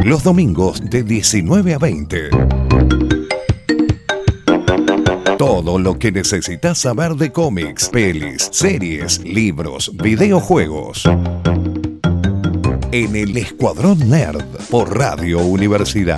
Los domingos de 19 a 20. Todo lo que necesitas saber de cómics, pelis, series, libros, videojuegos. En el Escuadrón Nerd por Radio Universidad.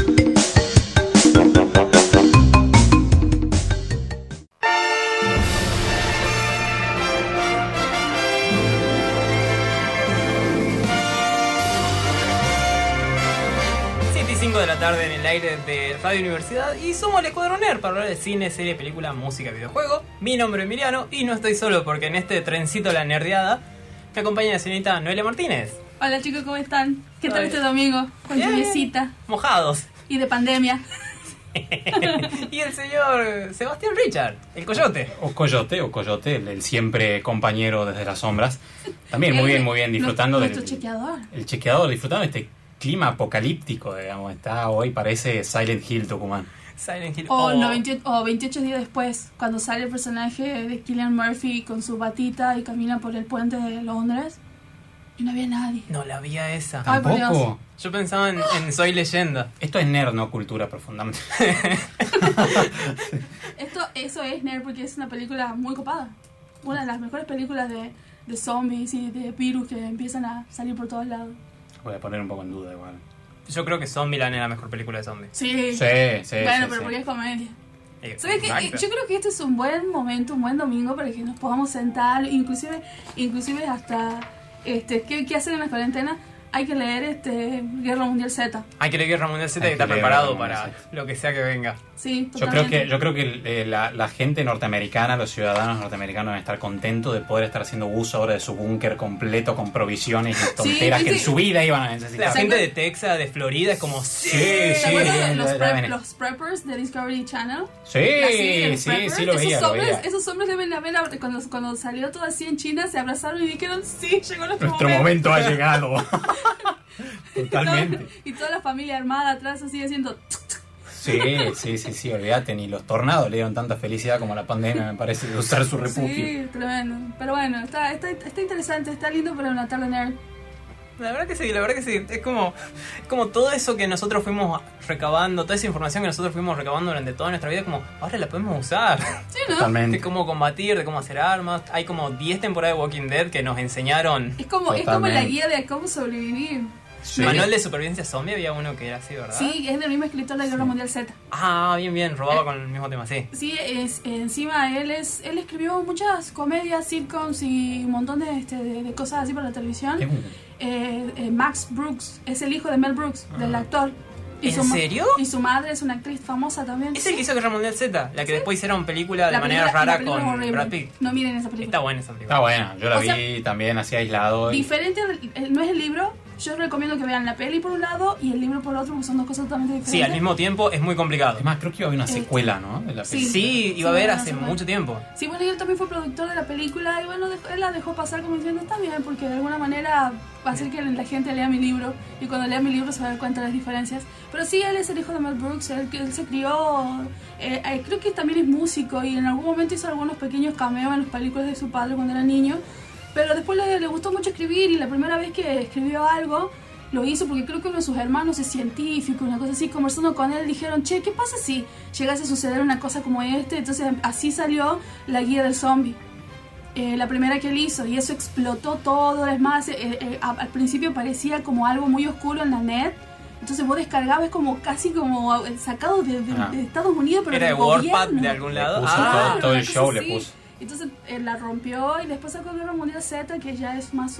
De la tarde en el aire de Radio Universidad y somos el Escuadrón Nerd para hablar de cine, serie, película, música, videojuego. Mi nombre es Emiliano y no estoy solo porque en este trencito de la nerdeada me acompaña la señorita Noelia Martínez. Hola chicos, ¿cómo están? ¿Qué tal este domingo? Con lluviecita. Mojados. Y de pandemia. Y el señor Sebastián Richard, el Coyote. O Coyote, el siempre compañero desde las sombras. También muy bien, disfrutando nuestro chequeador. El chequeador, disfrutando este clima apocalíptico, digamos. Está hoy, parece Silent Hill, Tucumán. Silent Hill. O 28 días después, cuando sale el personaje de Cillian Murphy con su batita y camina por el puente de Londres. Y no había nadie. No la había esa. Ay, por ¿Tampoco? Dios. Yo pensaba en Soy Leyenda. Esto es nerd, no cultura profundamente. Eso es nerd porque es una película muy copada. Una de las mejores películas de zombies y de virus que empiezan a salir por todos lados. Voy a poner un poco en duda igual. Yo creo que Zombieland es la mejor película de zombies. Sí. Sí. Bueno, sí, pero sí. porque es comedia. ¿Sabes qué? Exacto. Yo creo que este es un buen momento, un buen domingo para que nos podamos sentar, inclusive hasta ¿qué hacer en la cuarentena? Hay que leer Guerra Mundial Z. Hay que leer Guerra Mundial Z y Hay que estar leer preparado Guerra para Mundial Z. lo que sea que venga. Sí, Yo totalmente. creo que la gente norteamericana, los ciudadanos norteamericanos deben estar contentos de poder estar haciendo uso ahora de su búnker completo con provisiones y tonteras sí, que en sí. su vida iban a necesitar. La gente de Texas, de Florida, es como Sí, ¿Te sí, acuerdas de deben- los preppers de Discovery Channel? Sí, La serie de los sí, preppers. sí lo veía, esos lo veía. Esos hombres deben haber, cuando salió todo así en China, se abrazaron y dijeron, sí, llegó Nuestro momento ha llegado. Totalmente. Y toda la familia armada atrás así haciendo... Sí, olvídate, ni los tornados le dieron tanta felicidad como la pandemia, me parece, de usar su refugio. Sí, tremendo. Pero bueno, está interesante, está lindo para una tarde nerd. La verdad que sí. Es como todo eso que nosotros fuimos recabando, toda esa información que nosotros fuimos recabando durante toda nuestra vida, como ahora la podemos usar. Sí, ¿no? Totalmente. De cómo combatir, de cómo hacer armas. Hay como 10 temporadas de Walking Dead que nos enseñaron. Es como la Totalmente. guía de cómo sobrevivir. Sí. Manual de supervivencia zombie, había uno que era así, ¿verdad? Sí, es del mismo escritor de Guerra Mundial Z. Ah, bien, robaba con el mismo tema, sí. Sí, encima él escribió muchas comedias, sitcoms y un montón de cosas así para la televisión. Max Brooks es el hijo de Mel Brooks, del actor. ¿En serio? Y su madre es una actriz famosa también. Es el que hizo Guerra Mundial Z, la que después hicieron película de La manera película- la rara película es con horrible. Brad Pitt. No miren esa película. Está buena esa película. Está buena, yo la O vi sea, también así aislado. Diferente, no es el libro. Yo recomiendo que vean la peli por un lado y el libro por otro, porque son dos cosas totalmente diferentes. Sí, al mismo tiempo es muy complicado. Además, creo que iba a haber una secuela, ¿no? De la Sí. película. Sí, iba a haber bueno, hace sí, bueno. mucho tiempo. Sí, bueno, y él también fue productor de la película y bueno, él la dejó pasar como diciendo, está bien, porque de alguna manera va a hacer que la gente lea mi libro y cuando lea mi libro se va a dar cuenta de las diferencias. Pero sí, él es el hijo de Mel Brooks, él se crió, creo que también es músico y en algún momento hizo algunos pequeños cameos en las películas de su padre cuando era niño, pero después le gustó mucho escribir y la primera vez que escribió algo lo hizo porque creo que uno de sus hermanos es científico, una cosa así, conversando con él dijeron, che, ¿qué pasa si llegase a suceder una cosa como Entonces así salió la guía del zombie, la primera que él hizo, y eso explotó todo. Es más, al principio parecía como algo muy oscuro en la net, entonces vos descargabas como casi como sacado de Estados Unidos, pero ¿Era de del WordPad gobierno. de algún Le lado? puso todo una el cosa show, le así. puso. Entonces la rompió y después sacó Guerra Mundial Z, que ya es más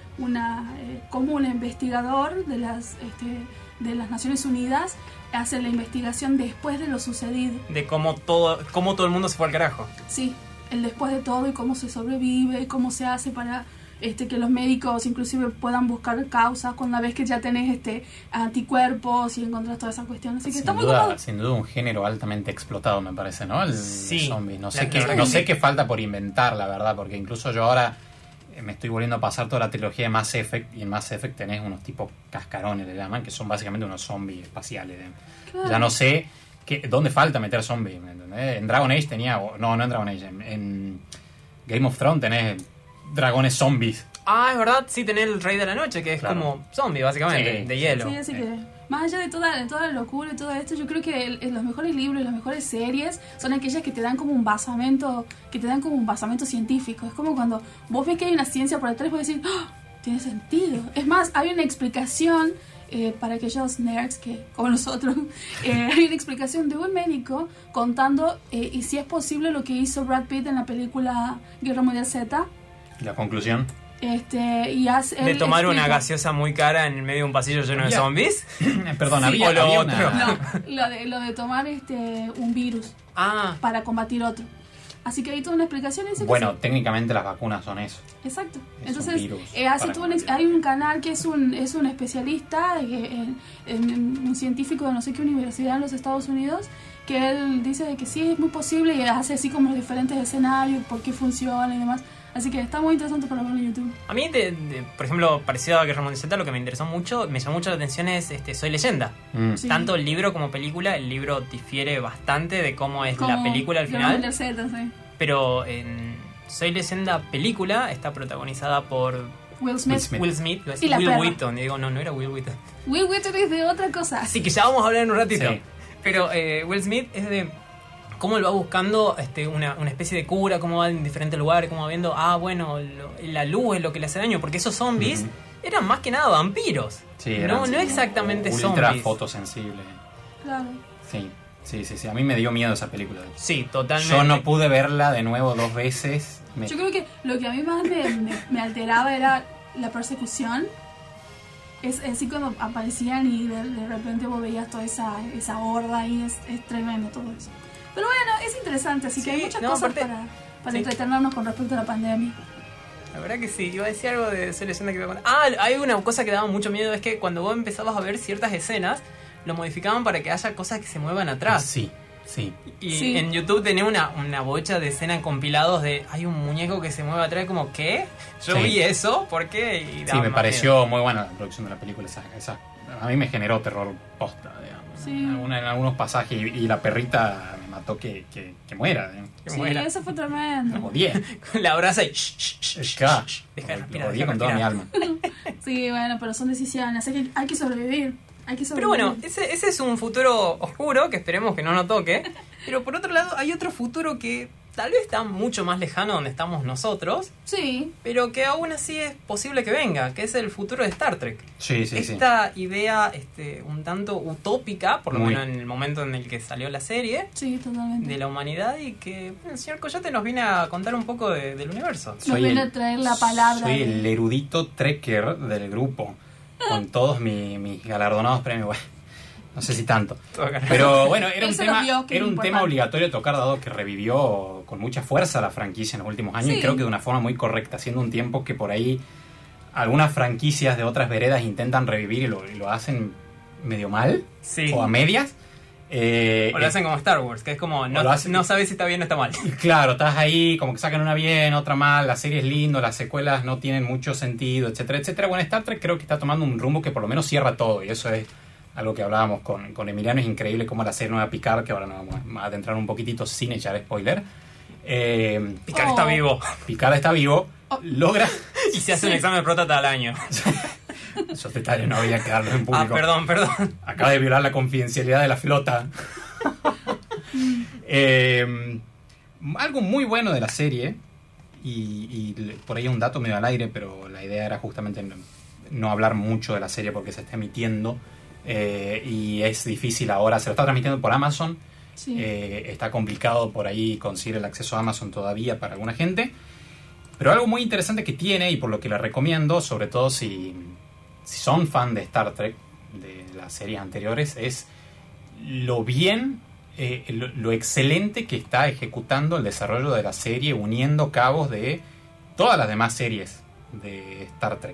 como un investigador de las Naciones Unidas, hace la investigación después de lo sucedido. De cómo todo el mundo se fue al carajo. Sí, el después de todo y cómo se sobrevive y cómo se hace para que los médicos inclusive puedan buscar causas una vez que ya tenés anticuerpos y encontrás toda esa cuestión. Así que está muy cómodo. Sin duda un género altamente explotado, me parece, ¿no? El Sí. zombie. No La sé verdad qué falta por inventar, la verdad, porque incluso yo ahora me estoy volviendo a pasar toda la trilogía de Mass Effect, y en Mass Effect tenés unos tipos cascarones, le llaman, que son básicamente unos zombies espaciales. Claro. Ya no sé dónde falta meter zombies, ¿me entendés? En Dragon Age tenía, no en Dragon Age, en Game of Thrones tenés dragones zombies Ah, es verdad, sí tenés el Rey de la Noche, que es Claro. como zombie, básicamente, Sí, de hielo. Sí, así que más allá de toda la locura y todo esto, yo creo que los mejores libros y las mejores series son aquellas que te dan como un basamento, científico. Es como cuando vos ves que hay una ciencia por detrás y vos decís, ¡ah! Tiene sentido. Es más, hay una explicación para aquellos nerds que como nosotros, hay una explicación de un médico contando y si es posible lo que hizo Brad Pitt en la película Guerra Mundial Z. ¿Y la conclusión? De tomar una gaseosa muy cara en el medio de un pasillo lleno de Ya. zombies. Perdón, Sí, había o lo una... otro. No, lo de tomar un virus Ah, para combatir otro. Así que hay toda una explicación. Y dice que Bueno, sí. técnicamente las vacunas son eso. Exacto. Es Entonces, un virus hace para todo combatir. hay un canal que es un especialista, un científico de no sé qué universidad en los Estados Unidos, que él dice de que sí, es muy posible y hace así como los diferentes escenarios, por qué funciona y demás. Así que está muy interesante para verlo en YouTube. a mí, por ejemplo, parecido a Guerra Mundial Z, lo que me interesó mucho, me llamó mucho la atención es Soy Leyenda. Mm. Sí. Tanto el libro como película, el libro difiere bastante de cómo es la Como película al Guerra final. Mundial Z, sí. Pero en Soy Leyenda película está protagonizada por Will Smith. Smith. Will Smith, iba a decir Y la Will perra. Wheaton. Y digo, no era Will Wheaton. Will Wheaton es de otra cosa. Así que ya vamos a hablar en un ratito. Sí. Pero Will Smith es de cómo él va buscando una especie de cura, cómo va en diferentes lugares, cómo va viendo, la luz es lo que le hace daño, porque esos zombies Ujú. eran más que nada vampiros. Sí, no exactamente ultra zombies. fotosensible. Claro. Sí. A mí me dio miedo esa película. Sí, totalmente. Yo no pude verla de nuevo 2 veces. Yo creo que lo que a mí más me alteraba era la persecución. Es así cuando aparecían y de repente vos veías toda esa horda y es tremendo todo eso. Pero bueno, es interesante, así que Sí, hay muchas no, cosas aparte- para sí. entretenernos con respecto a la pandemia. La verdad que sí, iba a decir algo de Soy Leyenda que iba a contar. Ah, hay una cosa que daba mucho miedo, es que cuando vos empezabas a ver ciertas escenas, lo modificaban para que haya cosas que se muevan atrás. Sí. Y Sí. en YouTube tenía una bocha de escenas compilados de hay un muñeco que se mueve atrás, como ¿qué? Yo Sí. vi eso, ¿por qué? Y Sí, daba me más pareció muy buena la producción de la película. A mí me generó terror posta, digamos. Sí. En algunos pasajes. Y la perrita me mató que muera. Digamos. que Sí, muera. eso fue Lo tremendo. odié. La abraza y shh, Claro, deja de lo respirar, odié deja con de toda mi respirar. alma. Sí, bueno, pero son decisiones, así que hay que sobrevivir. Pero bueno, ese es un futuro oscuro que esperemos que no nos toque. Pero por otro lado, hay otro futuro que tal vez está mucho más lejano donde estamos nosotros, Sí, pero que aún así es posible que venga, que es el futuro de Star Trek. Sí. Esta idea un tanto utópica, por lo Muy. menos en el momento en el que salió la serie, sí, totalmente. de la humanidad, y que el señor Coyote nos viene a contar un poco del universo. Nos viene a traer la palabra Soy de- el erudito trekker del grupo. Con todos mis galardonados premios. Bueno, no sé si tanto. Pero bueno, era Él un se los tema, dio, que era es un importante. tema obligatorio de tocar, dado que revivió con mucha fuerza la franquicia en los últimos años. Sí. Y creo que de una forma muy correcta, siendo un tiempo que por ahí algunas franquicias de otras veredas intentan revivir y lo hacen medio mal. Sí. O a medias. O lo hacen como Star Wars, que es como lo hacen- no sabes si está bien o está mal. Y claro, estás ahí, como que sacan una bien, otra mal, la serie es lindo, las secuelas no tienen mucho sentido, etcétera, etcétera. Bueno, Star Trek creo que está tomando un rumbo que por lo menos cierra todo, y eso es algo que hablábamos con Emiliano. Es increíble cómo la serie nueva Picard, que ahora nos vamos a adentrar un poquitito sin echar spoiler. Picard Oh. está vivo Picard está vivo, logra... y se hace un examen de próstata al año. Esos detalles no había que darlos en público. Perdón. Acaba de violar la confidencialidad de la flota. Algo muy bueno de la serie, y por ahí un dato medio al aire, pero la idea era justamente no hablar mucho de la serie porque se está emitiendo, y es difícil ahora, se lo está transmitiendo por Amazon. Sí. Está complicado por ahí conseguir el acceso a Amazon todavía para alguna gente, pero algo muy interesante que tiene, y por lo que la recomiendo, sobre todo si son fan de Star Trek, de las series anteriores, es lo bien, lo excelente que está ejecutando el desarrollo de la serie, uniendo cabos de todas las demás series de Star Trek.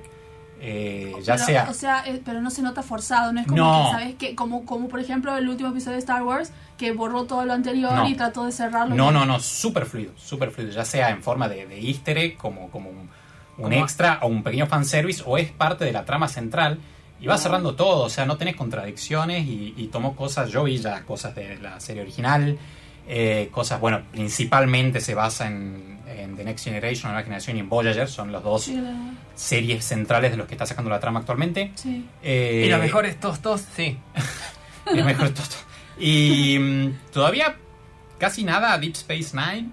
Pero no se nota forzado, no es como No. que, ¿sabes? Que como por ejemplo el último episodio de Star Wars, que borró todo lo anterior No. y trató de cerrarlo. No, súper fluido, ya sea en forma de easter egg, como un Como- extra o un pequeño fanservice, o es parte de la trama central, y va cerrando todo, o sea, no tenés contradicciones, y tomó cosas, yo vi ya cosas de la serie original, Cosas, bueno, principalmente se basa en The Next Generation, Nueva Generación, y en Voyager. Son los dos series centrales de los que está sacando la trama actualmente. Sí. Y los mejores tostos, sí. Los mejores tostos. Y todavía casi nada Deep Space Nine.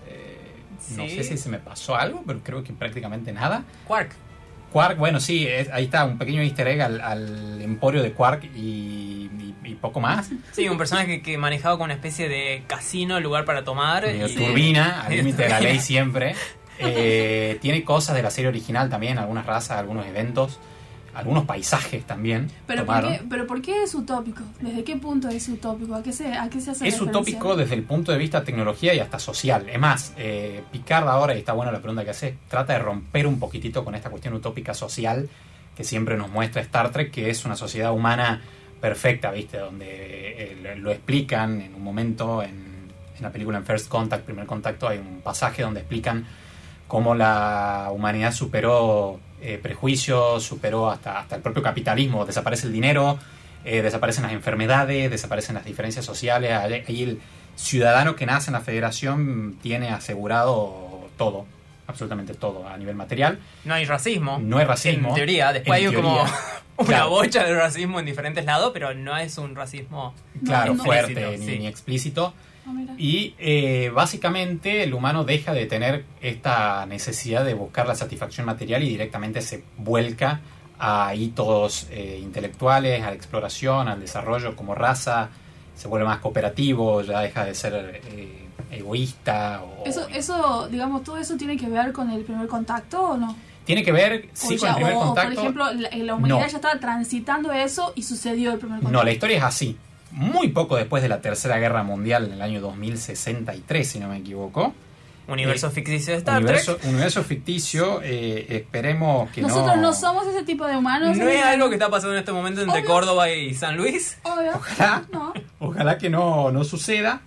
No sé si se me pasó algo, pero creo que prácticamente nada. Quark, bueno, sí, ahí está un pequeño easter egg al emporio de Quark y poco más. Sí, un personaje que manejaba con una especie de casino, lugar para tomar. Turbina, al límite de la ley siempre. Tiene cosas de la serie original también, algunas razas, algunos eventos, algunos paisajes también. ¿Pero por qué es utópico? ¿Desde qué punto es utópico? ¿A qué se hace Es referencia? utópico desde el punto de vista de tecnología y hasta social. Es más, Picard ahora, y está buena la pregunta que hace, trata de romper un poquitito con esta cuestión utópica social que siempre nos muestra Star Trek, que es una sociedad humana perfecta, ¿viste? Donde lo explican en un momento en la película, en First Contact, Primer Contacto, hay un pasaje donde explican cómo la humanidad superó prejuicios, superó hasta el propio capitalismo. Desaparece el dinero, desaparecen las enfermedades, desaparecen las diferencias sociales. Ahí el ciudadano que nace en la Federación tiene asegurado todo, absolutamente todo a nivel material. No hay racismo. No hay racismo. En teoría, después hay como una claro, bocha de racismo en diferentes lados, pero no es un racismo claro, no, fuerte sí, ni explícito. Mira. Y básicamente el humano deja de tener esta necesidad de buscar la satisfacción material y directamente se vuelca a hitos intelectuales, a la exploración, al desarrollo como raza. Se vuelve más cooperativo, ya deja de ser egoísta. Eso, digamos, todo eso tiene que ver con el primer contacto, ¿o no? Tiene que ver, sí, con el primer contacto. Por ejemplo, la humanidad ya estaba transitando eso y sucedió el primer contacto. No, la historia es así. Muy poco después de la Tercera Guerra Mundial, en el año 2063, si no me equivoco. Universo ficticio de Star Trek. Universo ficticio, esperemos que Nosotros no somos ese tipo de humanos. ¿No es algo que está pasando en este momento entre Córdoba y San Luis? Obvio. Ojalá que no suceda.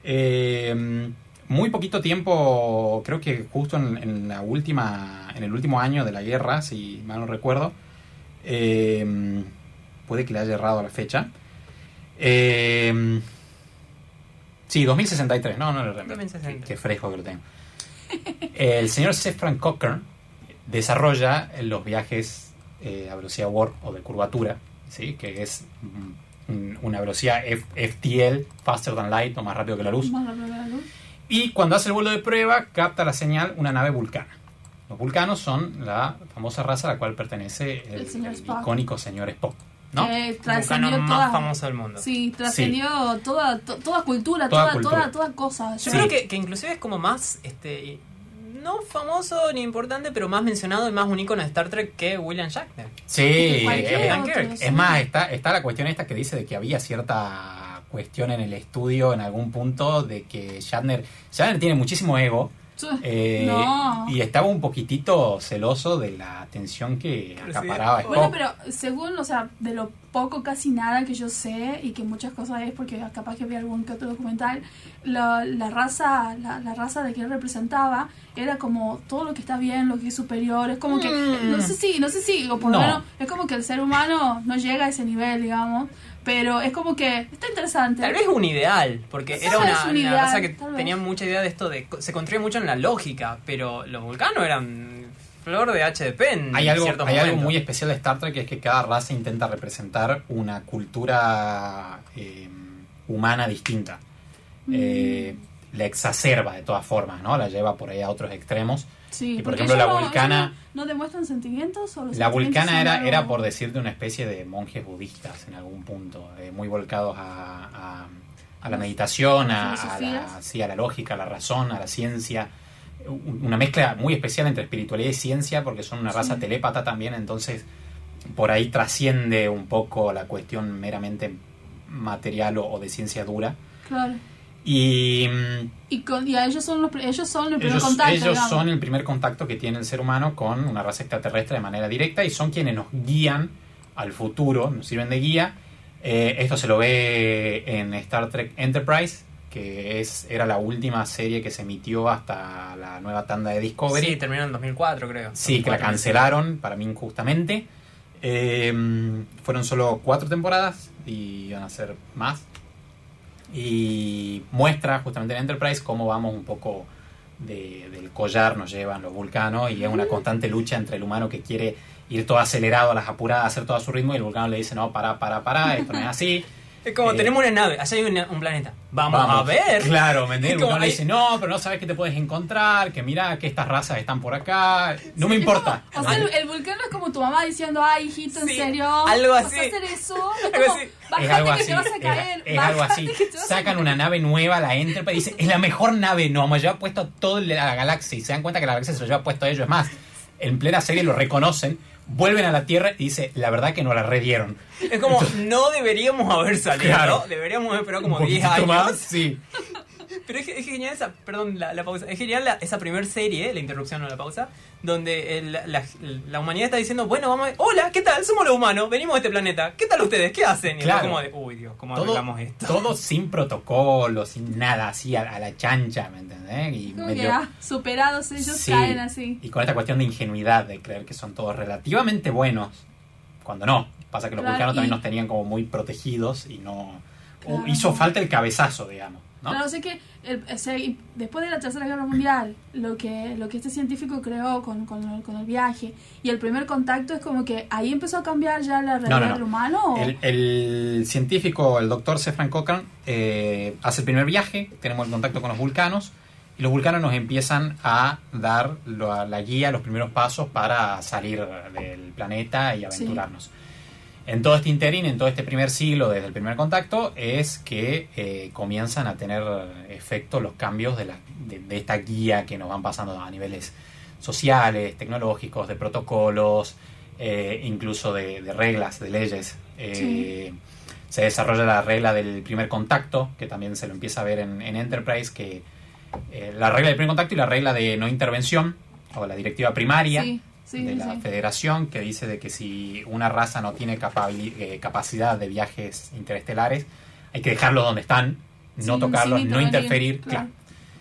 Muy poquito tiempo, creo que justo en el último año de la guerra, si mal no recuerdo, puede que le haya errado la fecha. Sí, 2063, no lo recuerdo. Qué fresco que lo tengo. El señor Seth Frank Cochran desarrolla los viajes a velocidad warp o de curvatura, ¿sí? Que es una velocidad FTL, faster than light, o más rápido que la luz. Y cuando hace el vuelo de prueba, capta la señal una nave vulcana. Los vulcanos son la famosa raza a la cual pertenece el icónico señor Spock, ¿no? El vulcano más famoso del mundo. Sí, trascendió toda cultura, toda cosa. Yo creo que inclusive es como más, no famoso ni importante, pero más mencionado y más un ícono de Star Trek que William Shatner. Sí, es más, está la cuestión esta que dice de que había cierta cuestión en el estudio en algún punto de que Shatner tiene muchísimo ego. Y estaba un poquitito celoso de la atención que acaparaba Spock. Bueno, pero según, de lo poco, casi nada que yo sé, y que muchas cosas es porque capaz que vi algún que otro documental, la raza de que él representaba era como todo lo que está bien, lo que es superior, es como que, no sé si, o por lo menos, es como que el ser humano no llega a ese nivel, digamos. Pero es como que está interesante. Tal vez un ideal, porque era una raza que tenía mucha idea de esto se construye mucho en la lógica, pero los vulcanos eran flor de HDP en ciertos momentos. Algo muy especial de Star Trek, que es que cada raza intenta representar una cultura humana distinta. La exacerba de todas formas, ¿no? La lleva por ahí a otros extremos. Sí, y por ejemplo la vulcana no demuestran sentimientos, o la vulcana era por decirte una especie de monjes budistas en algún punto, muy volcados a la meditación, a la lógica, a la razón, a la ciencia, una mezcla muy especial entre espiritualidad y ciencia, porque son una raza telépata también, entonces por ahí trasciende un poco la cuestión meramente material o de ciencia dura. Claro. Y ellos son el primer contacto. Ellos son el primer contacto que tiene el ser humano con una raza extraterrestre de manera directa, y son quienes nos guían al futuro, nos sirven de guía. Esto se lo ve en Star Trek Enterprise, que era la última serie que se emitió hasta la nueva tanda de Discovery. Sí, terminó en 2004, creo. Sí, 2004, que la cancelaron, para mí injustamente. Fueron solo 4 temporadas y van a ser más. y muestra justamente en Enterprise cómo vamos un poco del collar, nos llevan los vulcanos, y es una constante lucha entre el humano que quiere ir todo acelerado a las apuradas, hacer todo a su ritmo, y el vulcano le dice, no, para, esto no es así. Es como, tenemos una nave, allá hay un planeta. Vamos a ver. Claro, ¿me entiendes? El vulcano le hay... dice, no, pero no sabes que te puedes encontrar, que mira que estas razas están por acá, no me importa. Como, o sea, el vulcano es como tu mamá diciendo, ay, hijito, en serio, algo así. ¿vas a hacer eso? Es como, es algo que así, te vas a caer. Es algo así. Sacan una nave nueva, la Enterprise, y dicen, es la mejor nave, no, me lleva puesto a toda la galaxia, y se dan cuenta que la galaxia se lo lleva puesto a ellos. Es más, en plena serie lo reconocen, vuelven a la Tierra y dice, la verdad que nos la redieron. Es como, no deberíamos haber salido, claro, ¿no? Deberíamos haber esperado como 10 años. Más, sí. Pero es genial esa, perdón, la pausa, es genial esa primer serie, la interrupción o la pausa, donde la humanidad está diciendo, bueno, vamos a ver, hola, ¿qué tal? Somos los humanos, venimos de este planeta, ¿qué tal ustedes? ¿Qué hacen? Y claro. como de, uy Dios, ¿cómo arreglamos esto? Todo sin protocolo, sin nada, así a la chancha, ¿me entendés? Y como medio, que, superados ellos caen así. Y con esta cuestión de ingenuidad, de creer que son todos relativamente buenos, cuando no. Pasa que los vulcanos también nos tenían como muy protegidos y no... Claro. Hizo falta el cabezazo, digamos, ¿no? Claro, sé que después de la Tercera Guerra Mundial, lo que este científico creó con el viaje y el primer contacto, es como que ahí empezó a cambiar ya la realidad del humano. ¿O? El científico, el doctor Zefran Cochrane, hace el primer viaje, tenemos el contacto con los vulcanos, y los vulcanos nos empiezan a dar la guía, los primeros pasos para salir del planeta y aventurarnos. Sí. En todo este interín, en todo este primer siglo, desde el primer contacto, es que comienzan a tener efecto los cambios de esta guía que nos van pasando a niveles sociales, tecnológicos, de protocolos, incluso de reglas, de leyes. Sí. Se desarrolla la regla del primer contacto, que también se lo empieza a ver en Enterprise, que la regla del primer contacto y la regla de no intervención, o la directiva primaria. Sí. De la Federación, que dice de que si una raza no tiene capacidad de viajes interestelares, hay que dejarlos donde están, no tocarlos, no interferir. Claro.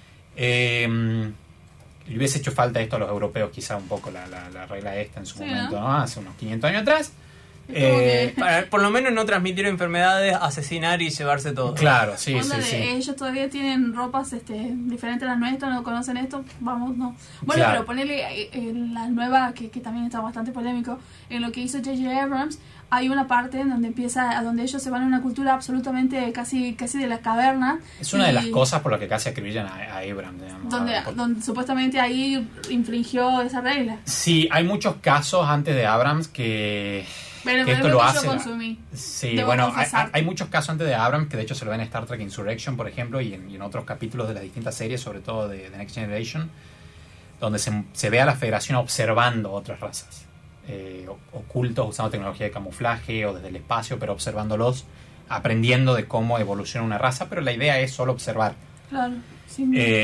Le hubiese hecho falta esto a los europeos, quizá un poco, la regla esta en su momento, ¿no? Hace unos 500 años atrás. Para, por lo menos no transmitir enfermedades, asesinar y llevarse todo. Claro, sí. Ellos todavía tienen ropas diferentes a las nuestras, no conocen esto, vamos, no. Bueno, claro. Pero ponerle la nueva, que también está bastante polémico, en lo que hizo J.J. Abrams, hay una parte en donde donde ellos se van a una cultura absolutamente casi de la caverna. Es una de las cosas por las que casi acribillan a Abrams, digamos. Donde supuestamente ahí infringió esa regla. Sí, hay muchos casos antes de Abrams que esto lo hace. Sí, bueno, hay muchos casos antes de Abrams que de hecho se lo ven en Star Trek Insurrection, por ejemplo, y en otros capítulos de las distintas series, sobre todo de Next Generation, donde se ve a la Federación observando otras razas, ocultos, usando tecnología de camuflaje o desde el espacio, pero observándolos, aprendiendo de cómo evoluciona una raza, pero la idea es solo observar. Claro, sí.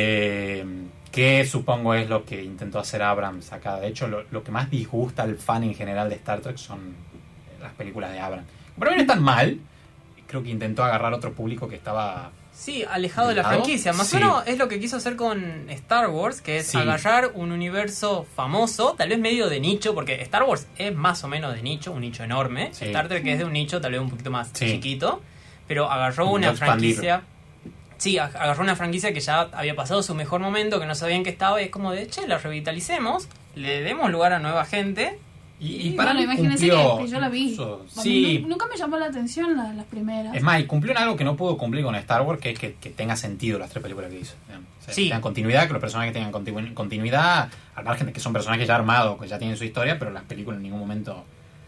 Que supongo es lo que intentó hacer Abrams acá. De hecho, lo que más disgusta al fan en general de Star Trek son las películas de Abrams. Para mí no están mal. Creo que intentó agarrar otro público que estaba... Sí, alejado de la franquicia. Más o menos es lo que quiso hacer con Star Wars, que es agarrar un universo famoso, tal vez medio de nicho, porque Star Wars es más o menos de nicho, un nicho enorme. Sí. Star Trek es de un nicho tal vez un poquito más chiquito, pero agarró una franquicia... Sí, agarró una franquicia que ya había pasado su mejor momento, que no sabían que estaba, y es como de, la revitalicemos, le demos lugar a nueva gente. Y para bueno, mí imagínense que yo la vi. Sí. Nunca me llamó la atención las primeras. Es más, y cumplió en algo que no pudo cumplir con Star Wars, que es que tenga sentido las 3 películas que hizo. O sea, tengan continuidad, que los personajes tengan continuidad, al margen de que son personajes ya armados, que ya tienen su historia, pero las películas en ningún momento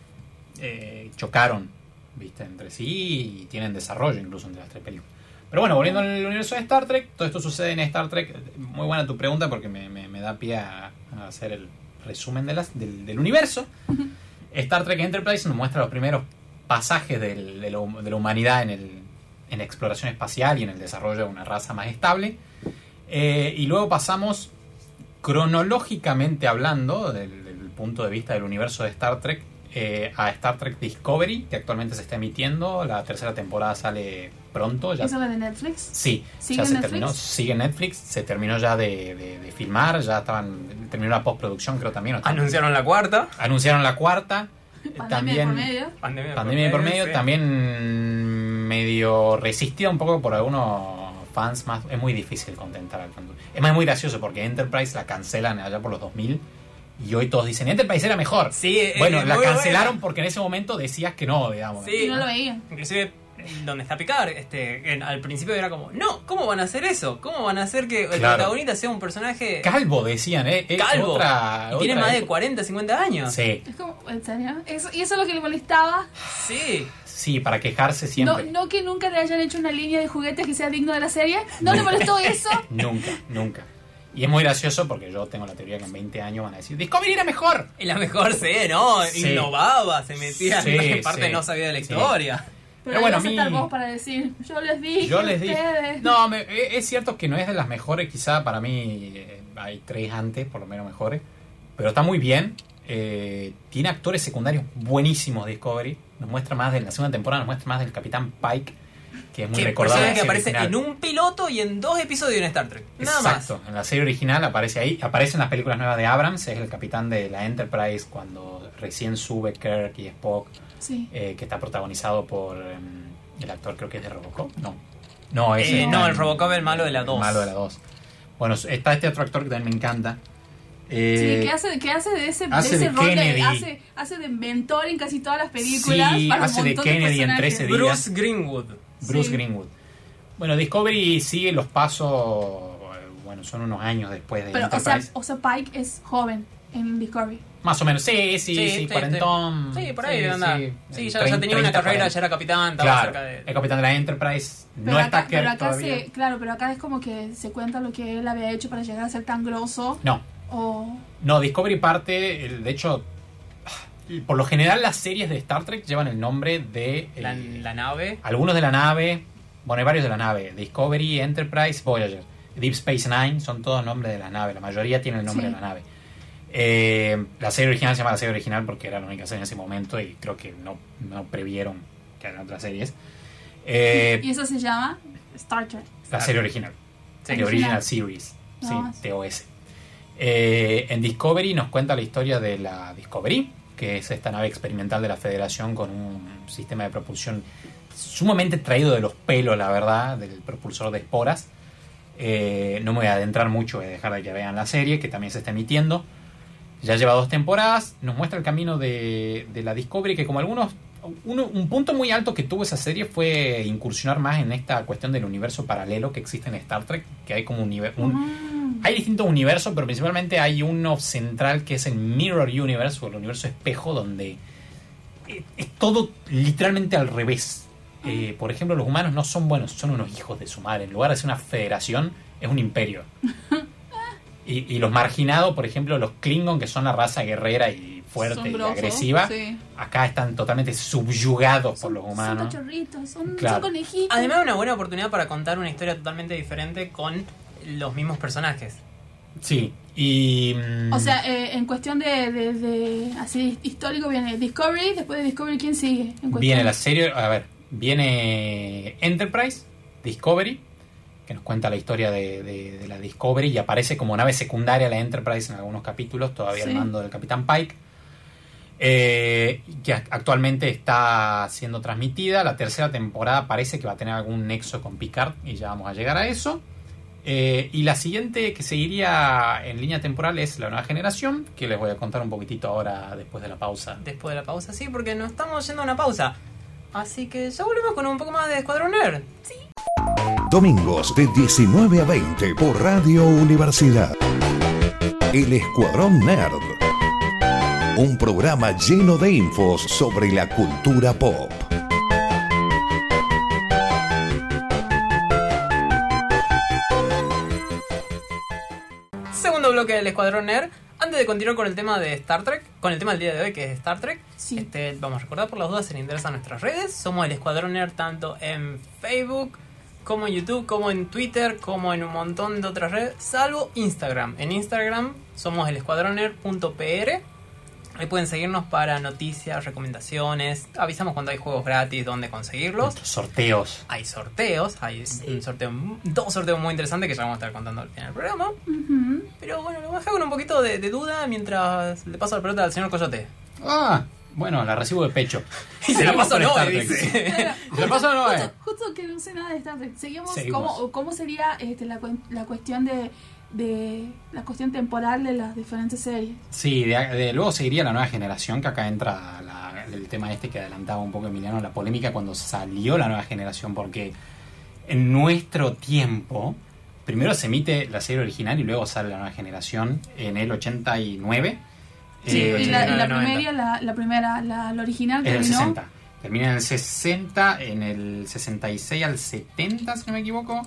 chocaron, ¿viste? Entre sí, y tienen desarrollo incluso entre las 3 películas. Pero bueno, volviendo al universo de Star Trek, todo esto sucede en Star Trek. Muy buena tu pregunta porque me da pie a hacer el resumen del universo. Uh-huh. Star Trek Enterprise nos muestra los primeros pasajes de la humanidad en exploración espacial y en el desarrollo de una raza más estable. Y luego pasamos, cronológicamente hablando, del punto de vista del universo de Star Trek, a Star Trek Discovery, que actualmente se está emitiendo. La 3ª temporada sale pronto. ¿Esa es la de Netflix? Sí, ya se terminó. Sigue en Netflix, se terminó ya de filmar, ya terminó la postproducción, creo también. Anunciaron la 4ª. Pandemia también, por medio. También medio resistida un poco por algunos fans más. Es muy difícil contentar al fan. Es más, muy gracioso porque Enterprise la cancelan allá por los 2000 y hoy todos dicen Enterprise era mejor. Sí, bueno, la cancelaron buena. porque en ese momento decías que no, digamos. Sí, Y no lo veían. Inclusive donde está Picard, al principio era como, no, ¿cómo van a hacer eso? ¿Cómo van a hacer que el Claro. protagonista sea un personaje Calvo decían, calvo? Otra, y tiene otra más de época. 40, 50 años. Sí, Es como, ¿en serio? ¿Y eso es lo que le molestaba? Sí. sí, para quejarse No, siempre. no que nunca le hayan hecho una línea de juguetes que sea digno de la serie. ¿No le molestó eso? Nunca, nunca. Y es muy gracioso porque yo tengo la teoría que en 20 años van a decir Discovery era mejor. Y la mejor sé, ¿no? Sí. Innovaba, se metía Sí, en parte sí. no sabía de la Sí. historia. Pero bueno, bueno, a mí- estar vos para decir, yo les dije, Yo les dije. ustedes. No, es cierto que no es de las mejores, quizá para mí hay 3 antes, por lo menos mejores. Pero está muy bien. Tiene actores secundarios buenísimos Discovery. Nos muestra más de la segunda temporada, nos muestra más del Capitán Pike, que es muy Que recordado. personaje que en la aparece serie original. en un piloto y en 2 episodios en Star Trek. Nada Exacto, en la serie original aparece ahí, aparece en las películas nuevas de Abrams, es el capitán de la Enterprise cuando recién sube Kirk y Spock, Sí. que está protagonizado por el actor, creo que es de Robocop, no, más. ese No, el Robocop es el malo de la 2. el malo de la 2. Bueno, está este otro actor que también me encanta. Sí, que hace de ese hace de rol Kennedy. hace de mentor en casi todas las películas. Sí, para un hace de montón Kennedy en personajes. 13 días. Bruce Greenwood. Bruce Sí. Greenwood. Bueno, Discovery sigue los pasos, bueno, son unos años después de Pero, Enterprise. o sea, Pike es joven en Discovery. Más o menos, sí, cuarentón. Sí, por ahí sí, anda. sí. Sí, El ya tenía 30, una carrera, 40. ya era capitán, estaba Claro, cerca de... el capitán de la Enterprise Pero no acá, está Kirk todavía. pero acá es como que se cuenta lo que él había hecho para llegar a ser tan grosso. No, Discovery parte, de hecho, por lo general las series de Star Trek llevan el nombre de La nave. algunos de la nave, bueno, hay varios de la nave, Discovery, Enterprise, Voyager, Deep Space Nine, son todos nombres de la nave, la mayoría tienen el nombre Sí. de la nave. La serie original se llama la serie original porque era la única serie en ese momento y creo que no previeron que hagan otras series. Y eso se llama Star Trek. La serie original. Sí. The Original Series. Sí, No, TOS. En Discovery nos cuenta la historia de la Discovery, que es esta nave experimental de la Federación con un sistema de propulsión sumamente traído de los pelos, la verdad, del propulsor de esporas. No me voy a adentrar mucho, voy a dejar de que vean la serie, que también se está emitiendo. Ya lleva 2 temporadas, nos muestra el camino de la Discovery, que como algunos... Un punto muy alto que tuvo esa serie fue incursionar más en esta cuestión del universo paralelo que existe en Star Trek, que hay como hay distintos universos, pero principalmente hay uno central que es el Mirror Universe, o el universo espejo, donde es todo literalmente al revés. Por ejemplo, los humanos no son buenos, son unos hijos de su madre. En lugar de ser una federación, es un imperio. Y los marginados, por ejemplo, los Klingon, que son la raza guerrera y fuerte Son y grosos, agresiva, sí. acá están totalmente subyugados por los humanos. Son cachorritos, son Claro. conejitos. Además, una buena oportunidad para contar una historia totalmente diferente con los mismos personajes. Sí, y... O sea, en cuestión de así histórico viene Discovery, después de Discovery, ¿quién sigue? En cuestión- viene la serie, a ver, viene Enterprise, Discovery, que nos cuenta la historia de la Discovery y aparece como nave secundaria la Enterprise en algunos capítulos, todavía Sí. al mando del Capitán Pike, que actualmente está siendo transmitida. La tercera temporada parece que va a tener algún nexo con Picard y ya vamos a llegar a eso. Y la siguiente que seguiría en línea temporal es La Nueva Generación, que les voy a contar un poquitito ahora después de la pausa. Después de la pausa, sí, porque nos estamos yendo a una pausa. Así que ya volvemos con un poco más de Escuadrón Nerd. Sí. Domingos de 19 a 20 por Radio Universidad. El Escuadrón Nerd. Un programa lleno de infos sobre la cultura pop. Segundo bloque del Escuadrón Nerd. Antes de continuar con el tema de Star Trek, con el tema del día de hoy que es Star Trek, Sí. vamos a recordar por las dudas si les interesan nuestras redes. Somos el Escuadrón Nerd tanto en Facebook, como en YouTube, como en Twitter, como en un montón de otras redes, salvo Instagram. En Instagram somos el escuadroner.pr. Ahí pueden seguirnos para noticias, recomendaciones. Avisamos cuando hay juegos gratis, dónde conseguirlos. Nuestros sorteos. Hay sorteos, hay un sorteo, 2 sorteos muy interesantes que ya vamos a estar contando al final del programa. Ujú. Pero bueno, lo voy a dejar con un poquito de duda mientras le paso la pelota al señor Coyote. Bueno, la recibo de pecho. Y se la Seguimos paso con no, Star Trek. dice. Se la paso no, Justo que no sé nada de Star Trek. Seguimos. Seguimos. ¿Cómo sería la cuestión de la cuestión temporal de las diferentes series? Sí, luego seguiría la nueva generación, que acá entra el tema este que adelantaba un poco Emiliano, la polémica cuando salió la nueva generación, porque en nuestro tiempo, primero se emite la serie original y luego sale la nueva generación en el 89. Sí, y la 90. primera, la original Es del terminó. 60. Termina en el 60, en el 66 al 70, si no me equivoco.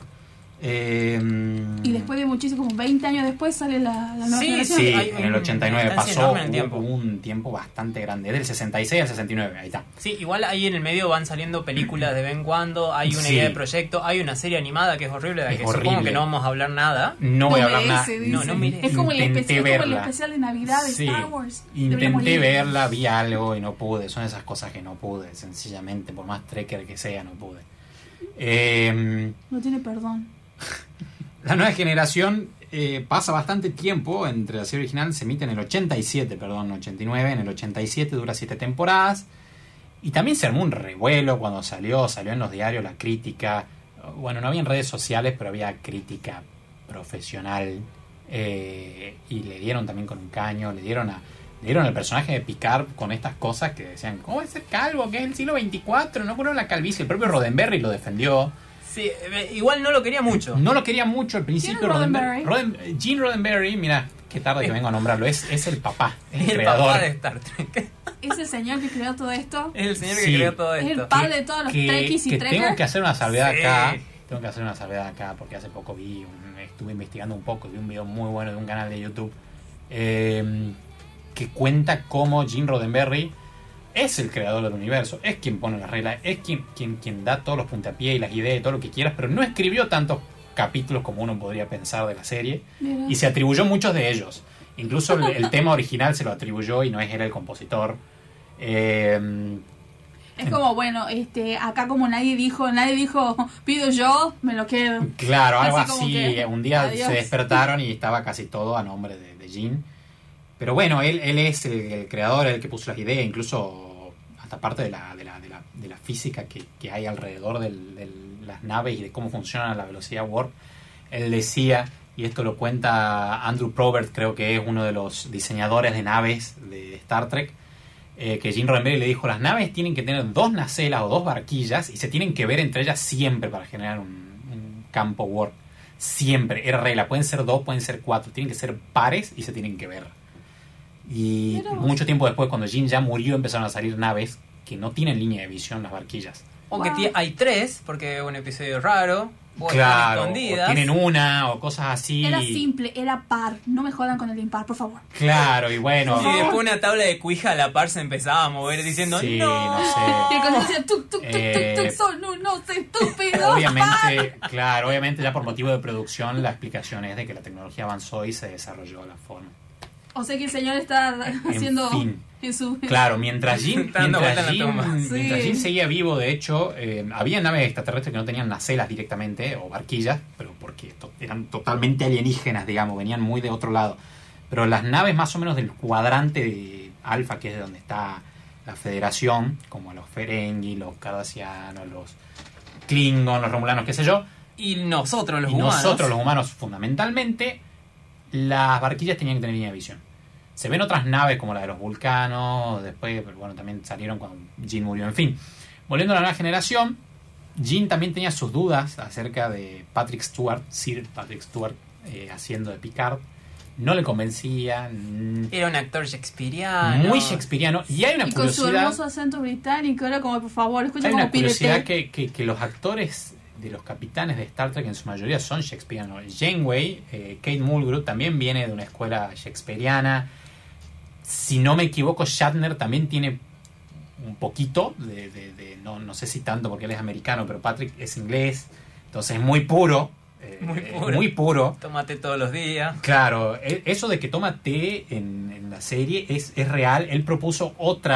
Y después de muchísimo, como 20 años después, sale la nueva Sí, generación. Sí, Hay en el una 89 distancia pasó enorme en el tiempo. un tiempo bastante grande. Es del 66 al 69, ahí está. Sí, igual ahí en el medio van saliendo películas de vez en cuando, hay una Sí. idea de proyecto, hay una serie animada que es horrible, de la Es que supongo horrible. que no vamos a hablar nada. No voy a hablar nada. merece, dice. No merece. Es como el Intenté especial verla. de Navidad de Sí. Star Wars. Debería Intenté morir. verla, vi algo y no pude. Son esas cosas que no pude, sencillamente, por más trekker que sea, no pude. No tiene perdón. La nueva generación pasa bastante tiempo entre la serie original, se emite en el 87, perdón, 89, en el 87 dura 7 temporadas. Y también se armó un revuelo cuando salió en los diarios la crítica. Bueno, no había en redes sociales, pero había crítica profesional. Y le dieron también con un caño, le dieron al personaje de Picard con estas cosas que decían, ¿cómo es el calvo? Que es el siglo 24, no curó la calvicie. El propio Roddenberry lo defendió. Sí, igual no lo quería mucho. No lo quería mucho al principio. ¿Quién es Roddenberry? Gene Roddenberry, mira, qué tarde que vengo a nombrarlo. Es el papá, es el El creador. papá de Star Trek. Es el señor que creó todo esto. Es el señor Sí. que creó todo Es esto. el padre de todos los trekkies y que trekkers. tengo que hacer una salvedad Sí. acá. Tengo que hacer una salvedad acá porque hace poco estuve investigando un poco, vi un video muy bueno de un canal de YouTube que cuenta cómo Gene Roddenberry es el creador del universo, es quien pone las reglas, es quien da todos los puntapiés y las ideas y todo lo que quieras, pero no escribió tantos capítulos como uno podría pensar de la serie. Mira. Y se atribuyó muchos de ellos. Incluso el tema original se lo atribuyó y no es él el compositor. Es como, bueno, acá como nadie dijo, pido yo, me lo quedo. Claro, algo Así como así. que, Un día adiós. se despertaron y estaba casi todo a nombre de Gene. Pero bueno, él es el creador, el que puso las ideas, incluso hasta parte de la física que hay alrededor de las naves y de cómo funcionan a la velocidad warp. Él decía, y esto lo cuenta Andrew Probert, creo que es uno de los diseñadores de naves de Star Trek, que Gene Roddenberry le dijo, las naves tienen que tener 2 nacelas o 2 barquillas y se tienen que ver entre ellas siempre para generar un campo warp. Siempre, era regla, pueden ser 2, pueden ser 4, tienen que ser pares y se tienen que ver. Y Mira vos. mucho tiempo después, cuando Gene ya murió, empezaron a salir naves que no tienen línea de visión, las barquillas. Aunque Wow. hay 3, porque es un episodio raro. O están Claro, o escondidas. tienen una o cosas así. Era simple, era par. No me jodan con el impar, por favor. Claro, y bueno. Y después una tabla de cuija a la par se empezaba a mover diciendo Sí, no. no sé. Y cuando decía tuk, tuk, tuk, tuk, tuk, son unos estúpidos. Obviamente, claro, obviamente ya por motivo de producción la explicación es de que la tecnología avanzó y se desarrolló de la forma. O sea que el señor está haciendo fin. en su... Claro, mientras Gene, Está dando vuelta en la tumba. mientras Sí. Gene seguía vivo, de hecho, había naves extraterrestres que no tenían nacelas directamente o barquillas, pero porque eran totalmente alienígenas, digamos, venían muy de otro lado. Pero las naves más o menos del cuadrante de Alfa, que es de donde está la Federación, como los Ferengi, los Cardassianos, los Klingon, los Romulanos, qué sé yo, Y nosotros los y humanos. nosotros los humanos fundamentalmente, las barquillas tenían que tener línea de visión. Se ven otras naves como la de los vulcanos, después, pero bueno, también salieron cuando Gene murió. En fin, volviendo a la nueva generación, Gene también tenía sus dudas acerca de Patrick Stewart, Sir Patrick Stewart, haciendo de Picard. No le convencía. Era un actor shakespeariano. Muy shakespeariano. Y hay una Y con su curiosidad. hermoso acento británico, era como, por favor, escucha Hay como una curiosidad pilete. que los actores de los capitanes de Star Trek en su mayoría son shakespearianos. Janeway, Kate Mulgrew, también viene de una escuela shakespeariana. Si no me equivoco, Shatner también tiene un poquito no sé si tanto porque él es americano, pero Patrick es inglés, entonces es muy puro. Muy puro. Tómate todos los días. Claro, eso de que toma té en la serie es real. Él propuso otro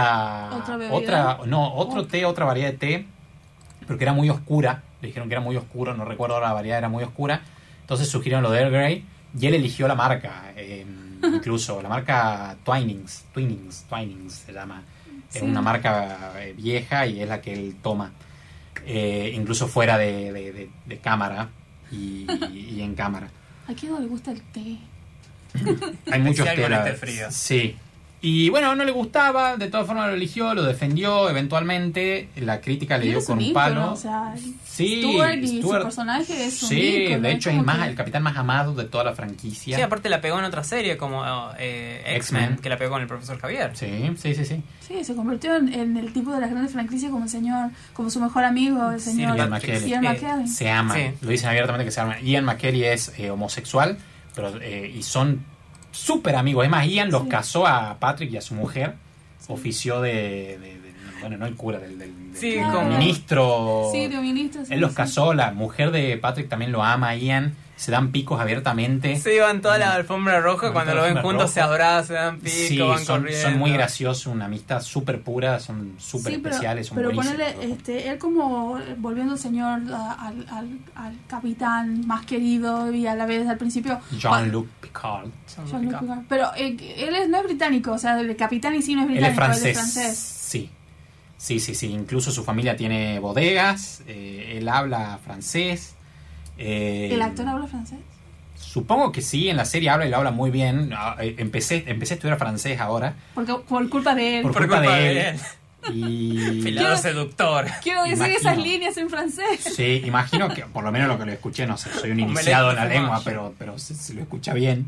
té, otra variedad de té, pero que era muy oscura. Le dijeron que era muy oscuro, no recuerdo ahora la variedad, era muy oscura. Entonces sugirieron lo de Earl Grey y él eligió la marca, incluso la marca Twinings se llama. Es una marca vieja y es la que él toma. Incluso fuera de cámara y en cámara. ¿A quién no le gusta el té? Hay muchos Especial con telas. este frío. Sí. Y bueno, no le gustaba, de todas formas lo eligió, lo defendió, eventualmente la crítica le Y dio eres con un ícono, palo. o sea, Sí, Stuart y Stuart, su personaje es un sí, ícono, de hecho es es como más que- el capitán más amado de toda la franquicia. Sí, aparte la pegó en otra serie como X-Men, X-Men. que la pegó con el profesor Javier. Sí. Sí, se convirtió en el tipo de las grandes franquicias como el señor, como su mejor amigo, el señor Ian McKellen. Ian McKellen. Se aman, Sí. lo dicen abiertamente que se aman. Ian McKellen es homosexual, pero y son súper amigos. Es más, Ian los Sí. casó a Patrick y a su mujer. Ofició bueno, no el cura, del Sí, como- ministro. Sí, de ministro. Sí, Él los sí. casó, la mujer de Patrick también lo ama a Ian. Se dan picos abiertamente. Se iban toda la alfombra roja, Van cuando toda lo la ven alfombra juntos se roja. abrazan, se dan pico, Sí, van son corriendo. muy graciosos, una amistad súper pura, son súper Sí, especiales, son pero buenísimos. ponele, él como volviendo el señor al capitán más querido y a la vez al principio... Jean-Luc Picard. Jean-Luc Picard. Pero no es británico, o sea, el capitán y sí no es Él británico, es él es francés. francés. Sí. Incluso su familia tiene bodegas. Él habla francés. ¿El actor habla francés? Supongo que sí, en la serie habla y lo habla muy bien. Empecé a estudiar francés ahora. Porque, por culpa de él. Por Por culpa culpa de de él. él. Y Pelado Quiero- seductor. Quiero decir Imagino. esas líneas en francés. sí, imagino que por lo menos lo que lo escuché, no sé, soy un Omelette iniciado en la fromage. lengua, pero se lo escucha bien.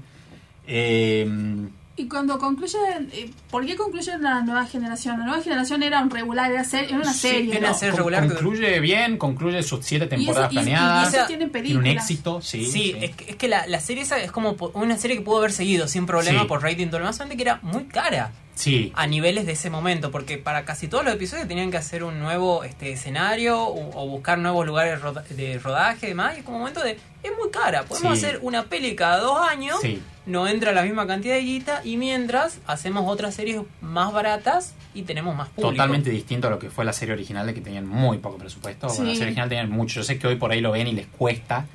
Y cuando concluyen, ¿por qué concluyen la nueva generación? La nueva generación era un regular, era una Sí, serie. era ¿no? serie regular. Concluye bien, concluye sus 7 temporadas y planeadas. eso tiene Tiene un películas. éxito, sí. Sí, es que la serie esa es como una serie que pudo haber seguido sin problema Sí. por rating, todo lo más, solamente que era muy cara Sí, a niveles de ese momento, porque para casi todos los episodios tenían que hacer un nuevo escenario o buscar nuevos lugares de rodaje y demás, y es como un momento de, es muy cara, podemos Sí. hacer una peli cada 2 años, sí. no entra la misma cantidad de guita, y mientras hacemos otras series más baratas y tenemos más público. Totalmente distinto a lo que fue la serie original, de que tenían muy poco presupuesto. Bueno, la Sí. serie original tenían mucho. Yo sé que hoy por ahí lo ven y les cuesta.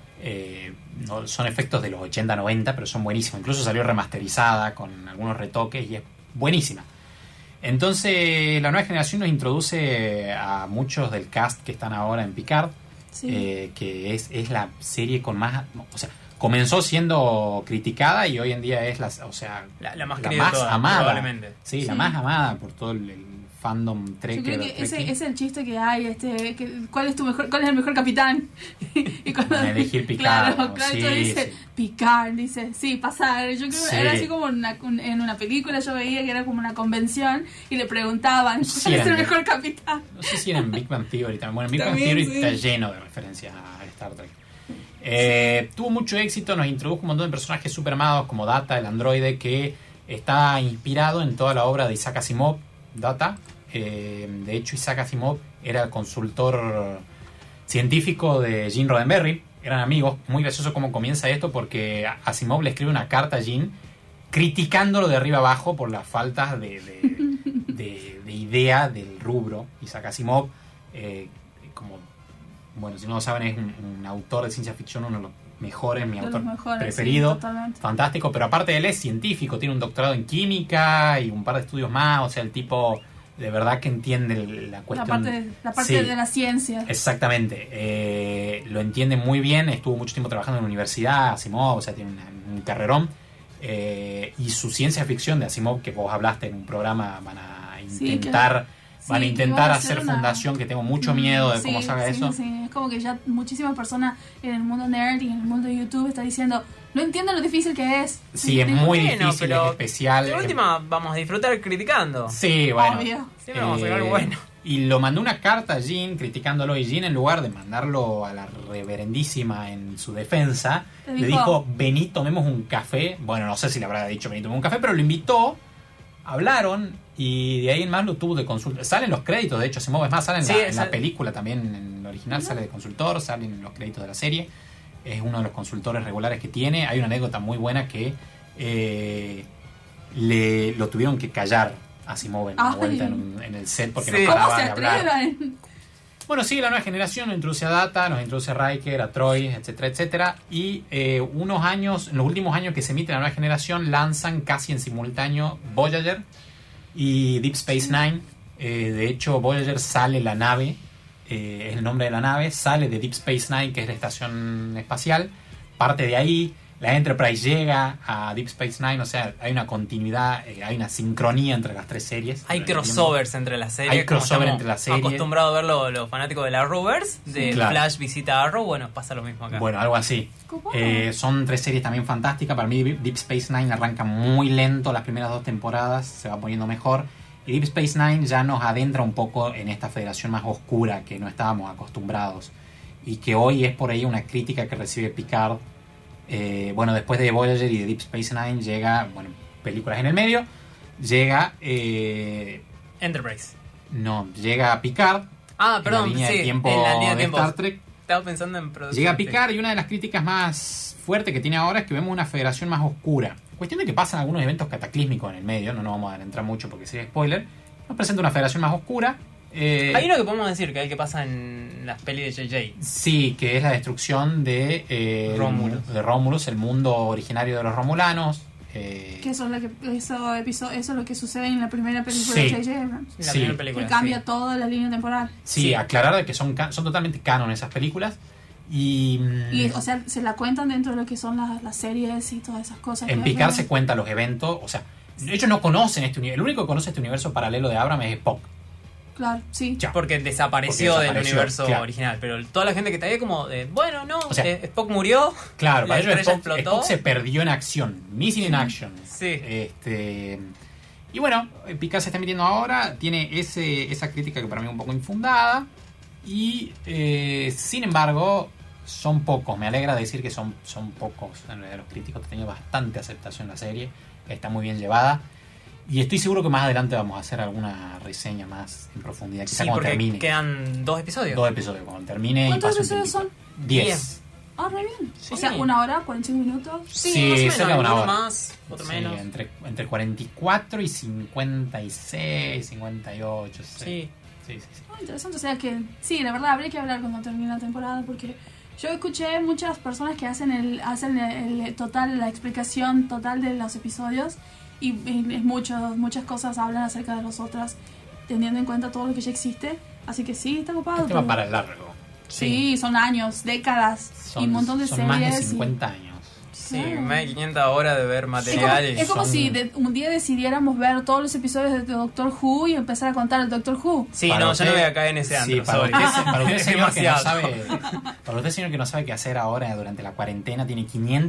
No, son efectos de los 80, 90, pero son buenísimos. Incluso salió remasterizada con algunos retoques y es buenísima. Entonces, la nueva generación nos introduce a muchos del cast que están ahora en Picard, Sí. que es la serie con más... O sea, comenzó siendo criticada y hoy en día es La más querida de todas, amada. probablemente. Sí, la Sí. más amada por todo el fandom Yo Trek. creo que ese es el chiste que hay, ¿cuál es el mejor capitán? Y cuando, Van a elegir Picard, claro, sí, todo dice sí. Picard, dice, sí, pasar. Yo creo Sí. que era así como en una película, yo veía que era como una convención y le preguntaban, Sí, ¿cuál es el era- mejor capitán? No sé si era en Big Bang Theory también. Bueno, en Big Bang También, Theory sí. está lleno de referencias a Star Trek. Tuvo mucho éxito, nos introdujo un montón de personajes super amados como Data, el androide, que está inspirado en toda la obra de Isaac Asimov, Data. De hecho, Isaac Asimov era el consultor científico de Gene Roddenberry, eran amigos. Muy gracioso cómo comienza esto, porque Asimov le escribe una carta a Gene criticándolo de arriba abajo por las faltas de idea del rubro. Isaac Asimov, como, bueno, si no lo saben, es un autor de ciencia ficción, uno de los mejores, mi De autor los mejores, preferido. sí, totalmente. Fantástico, pero aparte él es científico, tiene un doctorado en química y un par de estudios más, o sea, el tipo de verdad que entiende la La cuestión. parte Sí. de la ciencia. Exactamente, lo entiende muy bien, estuvo mucho tiempo trabajando en la universidad, Asimov, o sea, tiene un carrerón, y su ciencia ficción de Asimov, que vos hablaste en un programa, van a Sí, intentar, sí, van a que intentar van a hacer hacer una- fundación, que tengo mucho miedo de cómo Sí, salga sí, eso. sí. Es como que ya muchísimas personas en el mundo nerd y en el mundo de YouTube están diciendo, no entiendo lo difícil que es. Sí, es Digo, muy Bueno, difícil, pero es especial. De última, vamos a disfrutar criticando. Sí, bueno. Obvio. Siempre vamos a sacar algo bueno. Y lo mandó una carta a Gene criticándolo, y Gene, en lugar de mandarlo a la reverendísima en su defensa, Le le dijo, dijo, vení, tomemos un café. Bueno, no sé si le habrá dicho vení, tomemos un café, pero lo invitó, hablaron, y de ahí en más lo tuvo de consultor. Salen los créditos, de hecho, se mueve más, salen Sí, en la película también, en la original sale de consultor, salen los créditos de la serie. Es uno de los consultores regulares que tiene. Hay una anécdota muy buena que lo tuvieron que callar a Asimov en una Ay. vuelta en el set porque Sí. no ¿Cómo paraba se de hablar. atrevan? Bueno, sí, la nueva generación nos introduce a Data, nos introduce a Riker, a Troy, etcétera, etcétera. Y unos años, en los últimos años que se emite la nueva generación, lanzan casi en simultáneo Voyager Y Deep Space Nine, de hecho Voyager sale la nave, es el nombre de la nave, sale de Deep Space Nine, que es la estación espacial, parte de ahí. La Enterprise llega a Deep Space Nine, o sea, hay una continuidad, hay una sincronía entre las tres series. Hay crossovers entre las series. Hay crossover entre las series. Acostumbrado a verlo los fanáticos de la Arrowverse, de Claro. Flash visita Arrow, bueno, pasa lo mismo acá. Bueno, algo así. ¿Cómo? Son tres series también fantásticas. Para mí Deep Space Nine arranca muy lento las primeras 2 temporadas, se va poniendo mejor. Y Deep Space Nine ya nos adentra un poco en esta federación más oscura que no estábamos acostumbrados. Y que hoy es por ahí una crítica que recibe Picard. Bueno, después de Voyager y de Deep Space Nine llega, bueno, películas en el medio, llega... Enterprise. No, llega Picard. Ah, perdón, en la línea sí, de tiempo en la línea de de tiempo. Star Trek. Estaba pensando en producción. Llega Picard y una de las críticas más fuertes que tiene ahora es que vemos una federación más oscura. Cuestión de que pasan algunos eventos cataclísmicos en el medio, no nos vamos a adentrar mucho porque sería spoiler. Nos presenta una federación más oscura. Hay uno que podemos decir que es el que pasa en las pelis de JJ. Sí, que es la destrucción de Romulus, el mundo originario de los romulanos. Que eso es lo que sucede en la primera película Sí. de J.J. Abrams. La Sí. primera película. Que cambia sí. toda la línea temporal. Sí, Sí. aclarar de que son totalmente canon esas películas. Y O sea, se la cuentan dentro de lo que son las series y todas esas cosas. en que Picard ven. se cuentan los eventos. O sea, ellos no conocen este universo. El único que conoce este universo paralelo de Abrams es Spock. Claro, sí. Ya. Porque desapareció del universo claro. original. Pero toda la gente que está ahí como de, bueno, no, O sea, Spock murió. Claro, La para ellos estrella Spock explotó. se perdió en acción. Missing in action. Sí. Y bueno, Picard se está metiendo ahora. Tiene esa crítica que para mí es un poco infundada. Y sin embargo, son pocos. Me alegra decir que son pocos. En realidad, los críticos han tenido bastante aceptación la serie. Está muy bien llevada. Y estoy seguro que más adelante vamos a hacer alguna reseña más en profundidad. Quizá Sí, cuando porque termine. quedan 2 episodios. 2 episodios. Cuando termine y ¿Cuántos pase un episodios tiempito. son? 10. Ah, re bien. Sí. O sea, 1 hora, 45 minutos. Sí, Sí, más o menos, cerca de una alguno hora. más, otro Sí, menos. entre 44 y 56, 58. Sí. Sí. Muy interesante. O sea que, sí, la verdad habría que hablar cuando termine la temporada porque yo escuché muchas personas que hacen la explicación total de los episodios y muchas cosas hablan acerca de los otros teniendo en cuenta todo lo que ya existe. Así que sí, está ocupado. Este va pero- para el largo. Sí, son años, décadas y un montón de son series. más de y- 50 años. Sí, Claro. más de 500 horas de ver Es material. como, es como son- si un día decidiéramos ver todos los episodios de Doctor Who y empezar a contar el Doctor Who. Sí, Para no, usted- yo no voy a caer en ese antro. Sí, para sorry. para usted, Es señor, que no demasiado. sabe, para usted, señor, que no sabe qué hacer ahora durante la cuarentena, tiene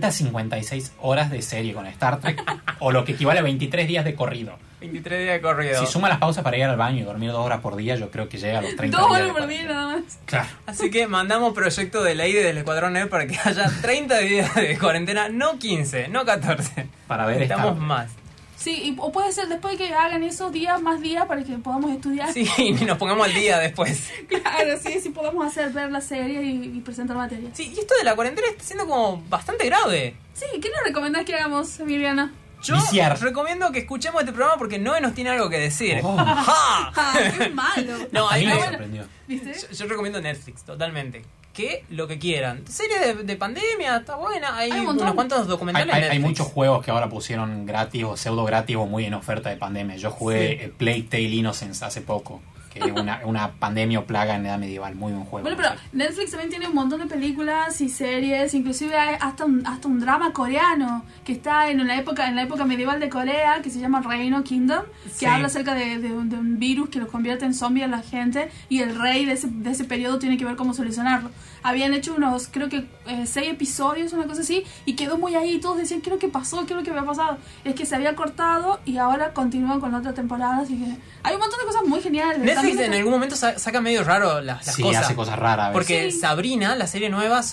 556 horas de serie con Star Trek, o lo que equivale a 23 días de corrido. 23 días de corrido. Si suma las pausas para ir al baño y dormir 2 horas por día, yo creo que llega a los 30 2 días. horas de por día cuarentena. nada más. Claro. Así que mandamos proyecto de ley del Escuadrón Nerd para que haya 30 días de cuarentena, no 15, no 14. Para ver Estamos Star- más. Sí, o puede ser después de que hagan esos días, más días para que podamos estudiar. Sí, y nos pongamos al día después. Claro, sí podamos ver la serie y presentar materia. Sí, y esto de la cuarentena está siendo como bastante grave. Sí, ¿qué nos recomendás que hagamos, Emiliana? Yo Viciar. recomiendo que escuchemos este programa porque Noé nos tiene algo que decir. Oh. ¡Ja! ¡Ah, qué malo! No, A mí ahí me no, sorprendió. ¿Viste? yo recomiendo Netflix, totalmente. Que lo que quieran. Serie de pandemia, está buena. Hay Hay un montón. unos cuantos Hay, documentales hay- en hay Netflix. muchos juegos que ahora pusieron gratis o pseudo gratis o muy en oferta de pandemia. Yo jugué Sí. Plague Tale Innocence hace poco, que es una pandemia o plaga en la edad medieval. Muy buen juego. Bueno, pero Netflix también tiene un montón de películas y series, inclusive hay hasta un drama coreano que está en la época medieval de Corea, que se llama Reino Kingdom, que Sí. habla acerca de un virus que los convierte en zombies a la gente y el rey de ese periodo tiene que ver cómo solucionarlo. Habían hecho unos, creo que 6 episodios, una cosa así, y quedó muy ahí, y todos decían, ¿qué es lo que pasó? ¿Qué es lo que había pasado? Es que se había cortado y ahora continúan con la otra temporada, así que hay un montón de cosas muy geniales. Netflix También en está- algún momento saca medio raro las sí, cosas. hace cosas raras. a veces. Porque Sí. Sabrina, la serie nueva,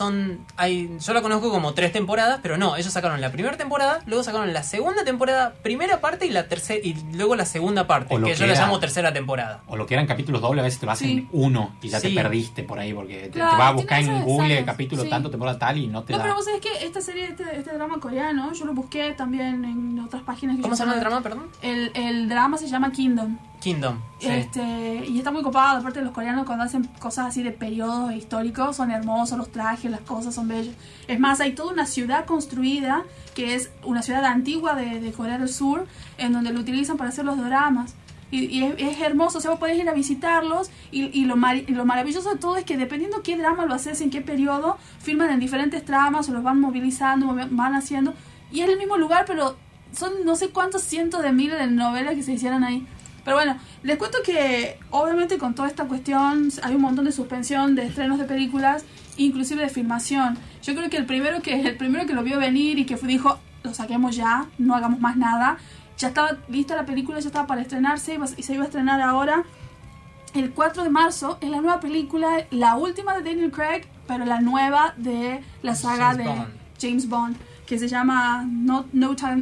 yo la conozco como 3 temporadas, pero no, ellos sacaron la primera temporada, luego sacaron la segunda temporada, primera parte y la tercera y luego la segunda parte, O lo que que yo la era- llamo tercera temporada. O lo que eran capítulos dobles, a veces te lo hacen Sí. uno y ya Sí. te perdiste por ahí porque te Claro, vas a buscar tiene en esas Google sagas, capítulo sí. tanto, temporada tal y no te No, da. pero vos sabés que esta serie, este drama coreano, yo lo busqué también en otras páginas que ¿Cómo yo se llama el puedo- drama, perdón? El drama se llama Kingdom. Kingdom. Sí. Y está muy copado. Aparte, los coreanos cuando hacen cosas así de periodos históricos son hermosos, los trajes, las cosas son bellos. Es más, hay toda una ciudad construida que es una ciudad antigua de Corea del Sur, en donde lo utilizan para hacer los doramas. Y es hermoso, o sea, vos podés ir a visitarlos y lo maravilloso de todo es que dependiendo qué drama lo haces, en qué periodo, filman en diferentes tramas o los van movilizando, van haciendo. Y es el mismo lugar, pero son no sé cuántos cientos de miles de novelas que se hicieron ahí. Pero bueno, les cuento que obviamente con toda esta cuestión hay un montón de suspensión de estrenos de películas, inclusive de filmación. Yo creo que el primero que lo vio venir y que dijo, lo saquemos ya, no hagamos más nada. Ya estaba lista la película, ya estaba para estrenarse y se iba a estrenar ahora. El 4 de marzo es la nueva película, la última de Daniel Craig, pero la nueva de la saga James Bond, que se llama No Time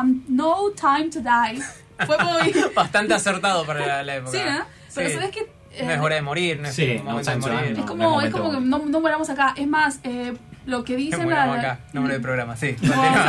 to Die. Fue muy... Bastante acertado para la época. Sí, ¿no? Pero ¿sabes qué? No es hora de morir, no es momento de morir. Es como que no muramos acá. Es más, lo que dicen acá, nombre del programa, sí.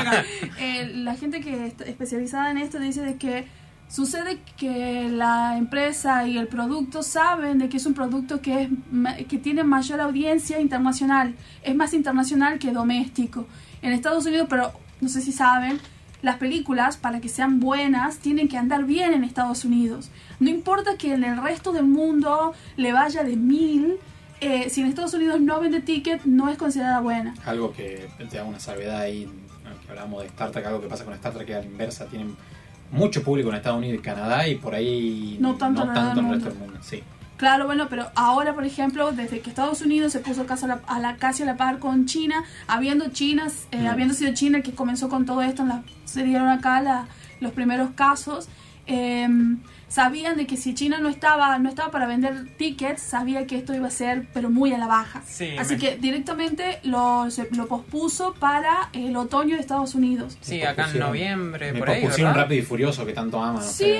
La gente que está especializada en esto dice de que sucede que la empresa y el producto saben de que es un producto que tiene mayor audiencia internacional. Es más internacional que doméstico. En Estados Unidos, pero no sé si saben, las películas, para que sean buenas, tienen que andar bien en Estados Unidos. No importa que en el resto del mundo le vaya de 1000, si en Estados Unidos no vende ticket, no es considerada buena. Algo que te da una salvedad ahí, que hablamos de Star Trek, algo que pasa con Star Trek que a la inversa, tienen mucho público en Estados Unidos y Canadá, y por ahí no tanto en el resto del mundo. Sí. Claro, bueno, pero ahora, por ejemplo, desde que Estados Unidos se puso casi a la par con China, habiendo sido China el que comenzó con todo esto, se dieron acá los primeros casos, sabían de que si China no estaba para vender tickets, sabía que esto iba a ser, pero muy a la baja. Sí, así que directamente lo pospuso para el otoño de Estados Unidos. Sí, acá en noviembre, me por ahí, pusieron ¿verdad? Rápido y Furioso, que tanto aman. Sí.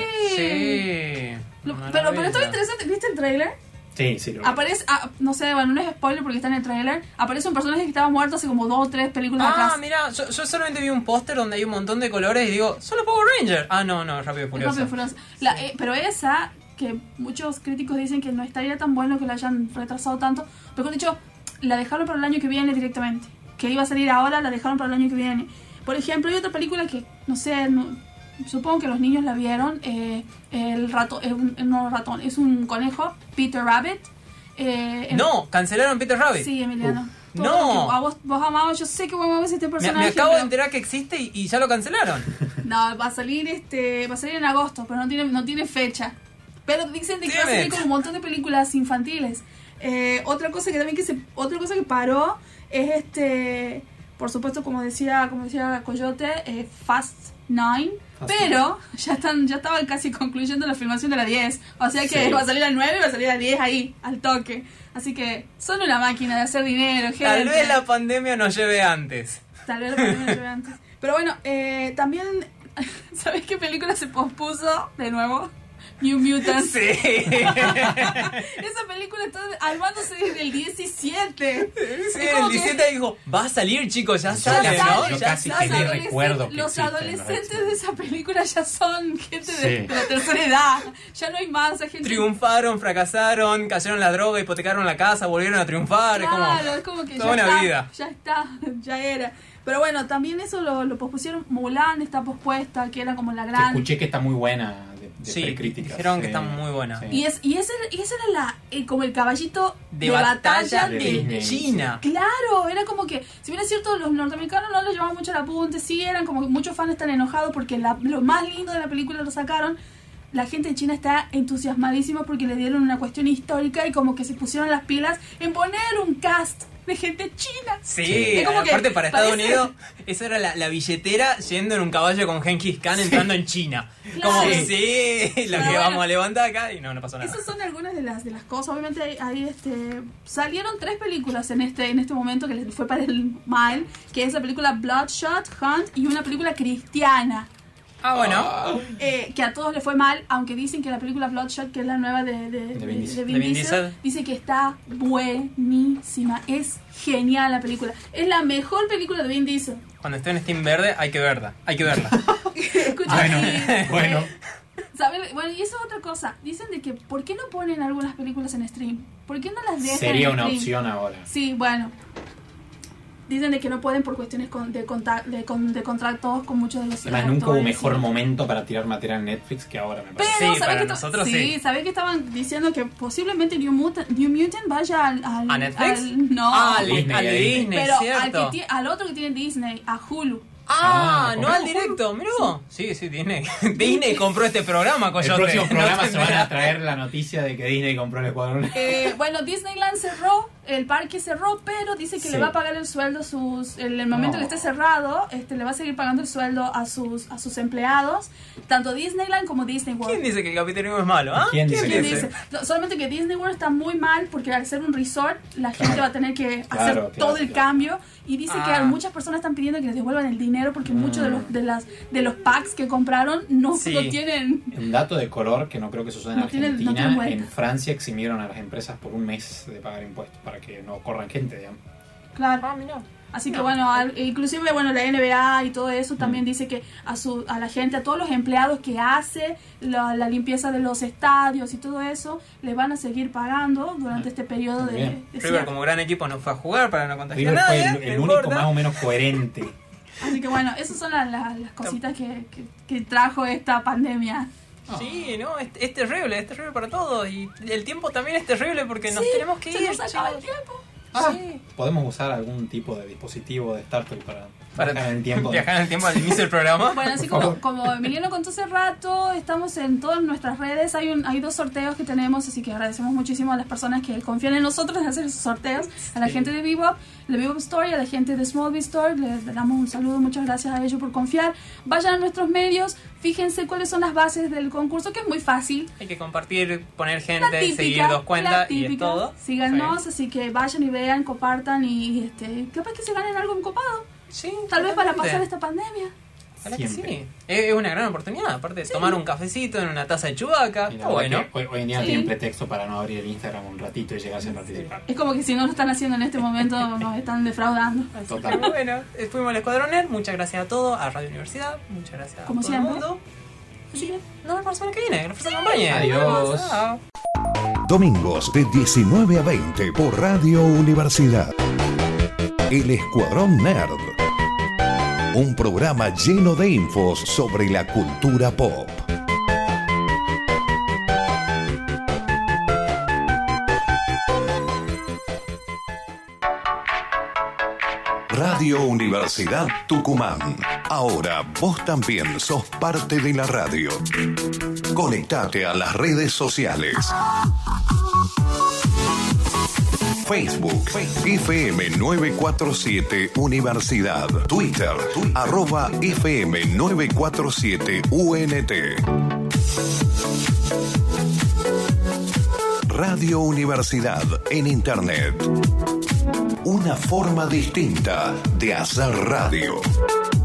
Pero estaba interesante, ¿viste el trailer? Sí, lo aparece, no sé, bueno, no es spoiler porque está en el trailer. Aparece un personaje que estaba muerto hace como 2 o 3 películas atrás. Mira, yo solamente vi un póster donde hay un montón de colores y digo, solo Power Ranger. No, Rápido y Furioso. Pero esa, que muchos críticos dicen que no estaría tan bueno que la hayan retrasado tanto, pero dicho, la dejaron para el año que viene directamente. Que iba a salir ahora, la dejaron para el año que viene. Por ejemplo, hay otra película que, no sé, supongo que los niños la vieron. El ratón, es un conejo, Peter Rabbit. Cancelaron Peter Rabbit. Sí, Emiliano. No. Vos amabas, yo sé que vos amabas este personaje. Me acabo de enterar que existe y ya lo cancelaron. No, va a salir en agosto, pero no tiene fecha. Pero dicen de que va a salir con un montón de películas infantiles. Otra cosa que paró es por supuesto, como decía Coyote, Fast 9. Pero ya estaban casi concluyendo la filmación de la 10. O sea que va a salir la 9 y va a salir la 10 ahí, al toque. Así que son una máquina de hacer dinero, gente. Tal vez la pandemia nos lleve antes. Pero bueno, también, ¿sabés qué película se pospuso de nuevo? New Mutants. Sí. Esa película está armándose desde el 17. Sí, el 17 dijo, va a salir, chicos, ya sale, ¿no? Yo casi que ni recuerdo que los adolescentes de esa película ya son gente de la tercera edad. Ya no hay más gente. Triunfaron, fracasaron, cayeron en la droga, hipotecaron la casa, volvieron a triunfar. Claro, es como que toda una vida. Ya era. Pero bueno, también eso lo pospusieron. Mulan está pospuesta, que era como la gran... Escuché que está muy buena de críticas. Dijeron que está muy buena. Sí. Y ese era como el caballito de batalla de China. Claro, era como que, si bien es cierto, los norteamericanos no les llevaban mucho el apunte, sí eran como que muchos fans están enojados porque lo más lindo de la película lo sacaron. La gente de China está entusiasmadísima porque le dieron una cuestión histórica y como que se pusieron las pilas en poner un cast de gente china. Sí, aparte para Estados Unidos, esa era la billetera yendo en un caballo con Genghis Khan entrando en China. Claro. Como lo que vamos a levantar acá y no pasó nada. Esas son algunas de las cosas. Obviamente ahí salieron 3 películas en este momento que les fue para el mal, que es la película Bloodshot, Hunt y una película cristiana. Bueno. Que a todos les fue mal, aunque dicen que la película Bloodshot, que es la nueva de Vin Diesel, dice que está buenísima. Es genial la película. Es la mejor película de Vin Diesel. Cuando esté en Steam verde hay que verla. Escucha, bueno. ¿Sabes? Bueno, y eso es otra cosa. Dicen de que ¿por qué no ponen algunas películas en stream? ¿Por qué no las dejan Sería en una stream? opción ahora. Sí, bueno. Dicen de que no pueden por cuestiones de contratos con muchos de los Además, nunca hubo actores, mejor sí. momento para tirar material en Netflix que ahora, me parece. Pero, Sí, ¿sabés para que nosotros sí. ¿sabés que estaban diciendo que posiblemente New Mutant vaya al ¿A Netflix? no. Al Disney, al de ahí. Disney, pero cierto. al otro que tiene Disney, a Hulu. Ah, Ah, no ¿compró al directo, mirá vos. Sí, Disney. Disney compró este programa, El Coyote. próximo No programa te se van a enterás. traer la noticia de que Disney compró el Escuadrón. Bueno, Disneyland cerró, el parque cerró, pero dice que Sí. le va a pagar el sueldo en el momento No. que esté cerrado, le va a seguir pagando el sueldo a sus empleados, tanto Disneyland como Disney World. ¿Quién dice que el capitalismo es malo? ¿Ah? ¿Quién dice ¿Quién que dice? No, solamente que Disney World está muy mal porque al ser un resort la gente va a tener que hacer Claro, todo el cambio y dice que Ah. muchas personas están pidiendo que les devuelvan el dinero porque muchos de los packs que compraron no Sí. lo tienen. Un dato de color que no creo que suceda en No tiene- no Argentina. tiene vuelta. En Francia eximieron a las empresas por un mes de pagar impuestos para que no corran gente, digamos. Claro. Ah, mirá. Así que No. bueno, inclusive bueno la NBA y todo eso también dice que a la gente, a todos los empleados que hace la limpieza de los estadios y todo eso, les van a seguir pagando durante este periodo Muy bien. de River cierre. como gran equipo no fue a jugar para no contagiar River a fue nadie. el no único importa. más o menos coherente. Así que bueno, esas son las cositas que trajo esta pandemia. Sí, no, es terrible para todos. Y el tiempo también es terrible porque nos Sí, tenemos que se ir. nos acaba el chicos. tiempo. Sí. Podemos usar algún tipo de dispositivo de Star Trek para viajar en el tiempo. Viajar en el tiempo al inicio del programa. Bueno, así Por favor. como Emiliano contó hace rato, estamos en todas nuestras redes. Hay 2 sorteos que tenemos, así que agradecemos muchísimo a las personas que confían en nosotros en hacer esos sorteos. A la gente de Bebop, Store y a la gente de Small Biz Store. Les damos un saludo, muchas gracias a ellos por confiar. Vayan a nuestros medios, fíjense cuáles son las bases del concurso, que es muy fácil. Hay que compartir, poner La gente, típica, seguir 2 cuentas la y es típica. todo. Síganos, Sí. así que vayan y vean, compartan y capaz que se ganen algo en copado. Sí, Tal vez para totalmente. pasar esta pandemia. Ojalá que Siempre. sí. Es una gran oportunidad. Aparte de tomar un cafecito en una taza de chubaca. Y la Está bueno. verdad que hoy en día Sí. tienen pretexto para no abrir el Instagram un ratito y llegar sin participar. Es como que si no lo están haciendo en este momento nos están defraudando. Total. Pero bueno, fuimos al Escuadrón Nerd. Muchas gracias a todos, a Radio Universidad. Muchas gracias Como a todo siempre. el mundo. Y nos vemos la semana que viene. Que la fuerza acompañe. Adiós. Chao. Domingos de 19 a 20 por Radio Universidad. El Escuadrón Nerd. Un programa lleno de infos sobre la cultura pop. Radio Universidad Tucumán. Ahora vos también sos parte de la radio. Conectate a las redes sociales. Facebook, FM 947 Universidad. Twitter, @FM 947 UNT. Radio Universidad en Internet. Una forma distinta de hacer radio.